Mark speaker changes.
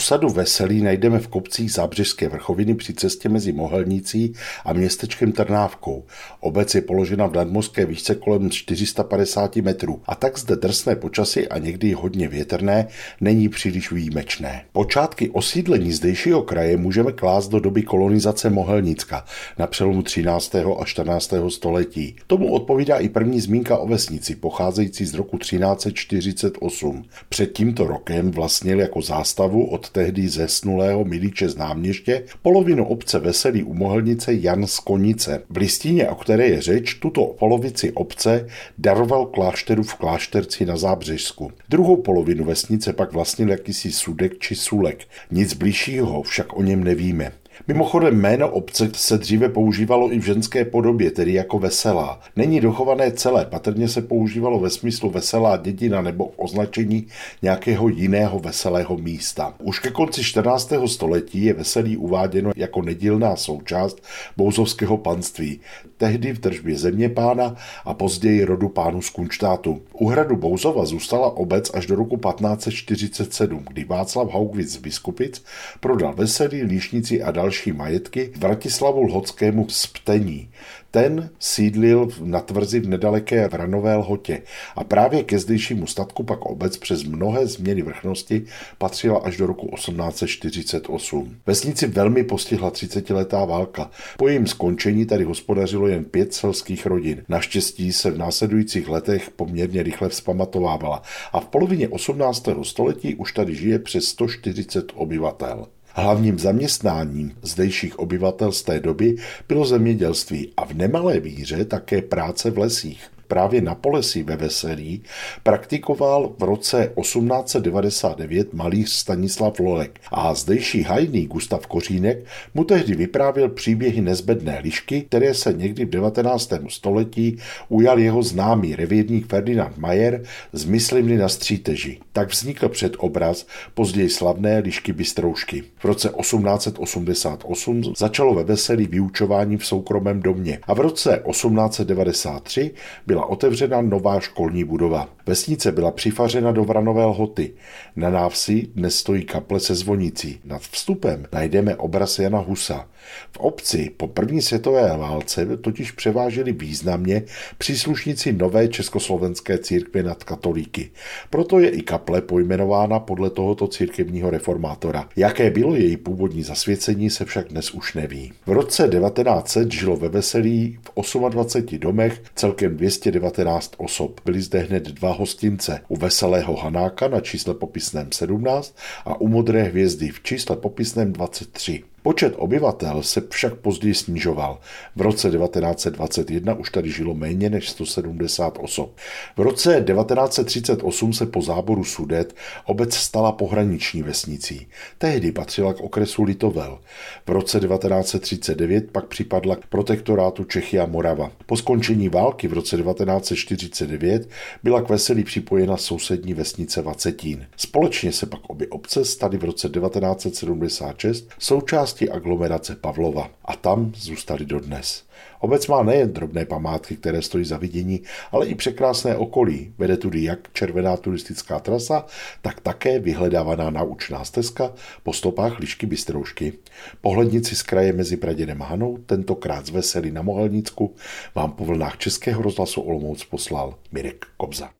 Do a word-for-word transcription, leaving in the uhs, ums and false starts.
Speaker 1: Osadu Veselí najdeme v kopcích Zábřežské vrchoviny při cestě mezi Mohelnicí a městečkem Trnávkou. Obec je položena v nadmořské výšce kolem čtyři sta padesát metrů a tak zde drsné počasí a někdy hodně větrné není příliš výjimečné. Počátky osídlení zdejšího kraje můžeme klást do doby kolonizace Mohelnicka na přelomu třináctého a čtrnáctého století. Tomu odpovídá i první zmínka o vesnici, pocházející z roku třináct set čtyřicet osm. Před tímto rokem vlastnil jako zástavu od tehdy zesnulého Miliče z Náměště polovinu obce Veselí u Mohelnice Jan z Konice. V listině, o které je řeč, tuto polovici obce daroval klášteru v Klášterci na Zábřežsku. Druhou polovinu vesnice pak vlastnil jakýsi Sudek či Sulek. Nic bližšího však o něm nevíme. Mimochodem jméno obce se dříve používalo i v ženské podobě, tedy jako Veselá. Není dochované celé, patrně se používalo ve smyslu veselá dědina nebo označení nějakého jiného veselého místa. Už ke konci čtrnáctého století je Veselí uváděno jako nedílná součást bouzovského panství, tehdy v držbě zeměpána a později rodu pánů z Kunštátu. U hradu Bouzova zůstala obec až do roku patnáct set čtyřicet sedm, kdy Václav Haugwitz z Biskupic prodal Veselí, Líšnici a další majetky Vratislavu Lhotskému z Ptení. Ten sídlil na tvrzi v nedaleké Vranové Lhotě a právě ke zdejšímu statku pak obec přes mnohé změny vrchnosti patřila až do roku osmnáct set čtyřicet osm. Vesnici velmi postihla třicetiletá válka. Po jejím skončení tady hospodařilo jen pět selských rodin. Naštěstí se v následujících letech poměrně rychle vzpamatovávala a v polovině osmnáctého století už tady žije přes sto čtyřicet obyvatel. Hlavním zaměstnáním zdejších obyvatel z té doby bylo zemědělství a v nemalé míře také práce v lesích. Právě na Polesí ve Veselí praktikoval v roce osmnáct set devadesát devět malíř Stanislav Lolek a zdejší hajný Gustav Kořínek mu tehdy vyprávěl příběhy nezbedné lišky, které se někdy v devatenáctém století ujal jeho známý revírník Ferdinand Mayer z Myslivny na Stříteži. Tak vznikl předobraz později slavné lišky Bystroušky. V roce osmnáct set osmdesát osm začalo ve Veselí vyučování v soukromém domě a v roce osmnáct set devadesát tři byla otevřena nová školní budova. Vesnice byla přifařena do Vranové Lhoty. Na návsi dnes stojí kaple se zvonicí. Nad vstupem najdeme obraz Jana Husa. V obci po první světové válce totiž převáželi významně příslušníci nové československé církve nad katolíky. Proto je i kaple pojmenována podle tohoto církevního reformátora. Jaké bylo její původní zasvěcení, se však dnes už neví. V roce devatenáct set žilo ve Veselí v dvaceti osmi domech celkem dvě stě devatenáct osob. Byly zde hned dva hostince. U Veselého Hanáka na čísle popisném sedmnáct a u Modré hvězdy v čísle popisném dvacet tři. Počet obyvatel se však později snižoval. V roce devatenáct set dvacet jedna už tady žilo méně než sto sedmdesát osob. V roce devatenáct set třicet osm se po záboru Sudet obec stala pohraniční vesnicí. Tehdy patřila k okresu Litovel. V roce devatenáct set třicet devět pak připadla k protektorátu Čechy a Morava. Po skončení války v roce devatenáct set čtyřicet devět byla k Veselí připojena sousední vesnice Vacetín. Společně se pak obě obce staly v roce devatenáct set sedmdesát šest součástí aglomerace Pavlova a tam zůstaly dodnes. Obec má nejen drobné památky, které stojí za vidění, ale i překrásné okolí. Vede tudy jak červená turistická trasa, tak také vyhledávaná naučná stezka po stopách lišky Bystroušky. Pohlednici z kraje mezi Praděnem a Hanou, tentokrát z Veselí na Mohelnicku, vám po vlnách Českého rozhlasu Olomouc poslal Mirek Kobza.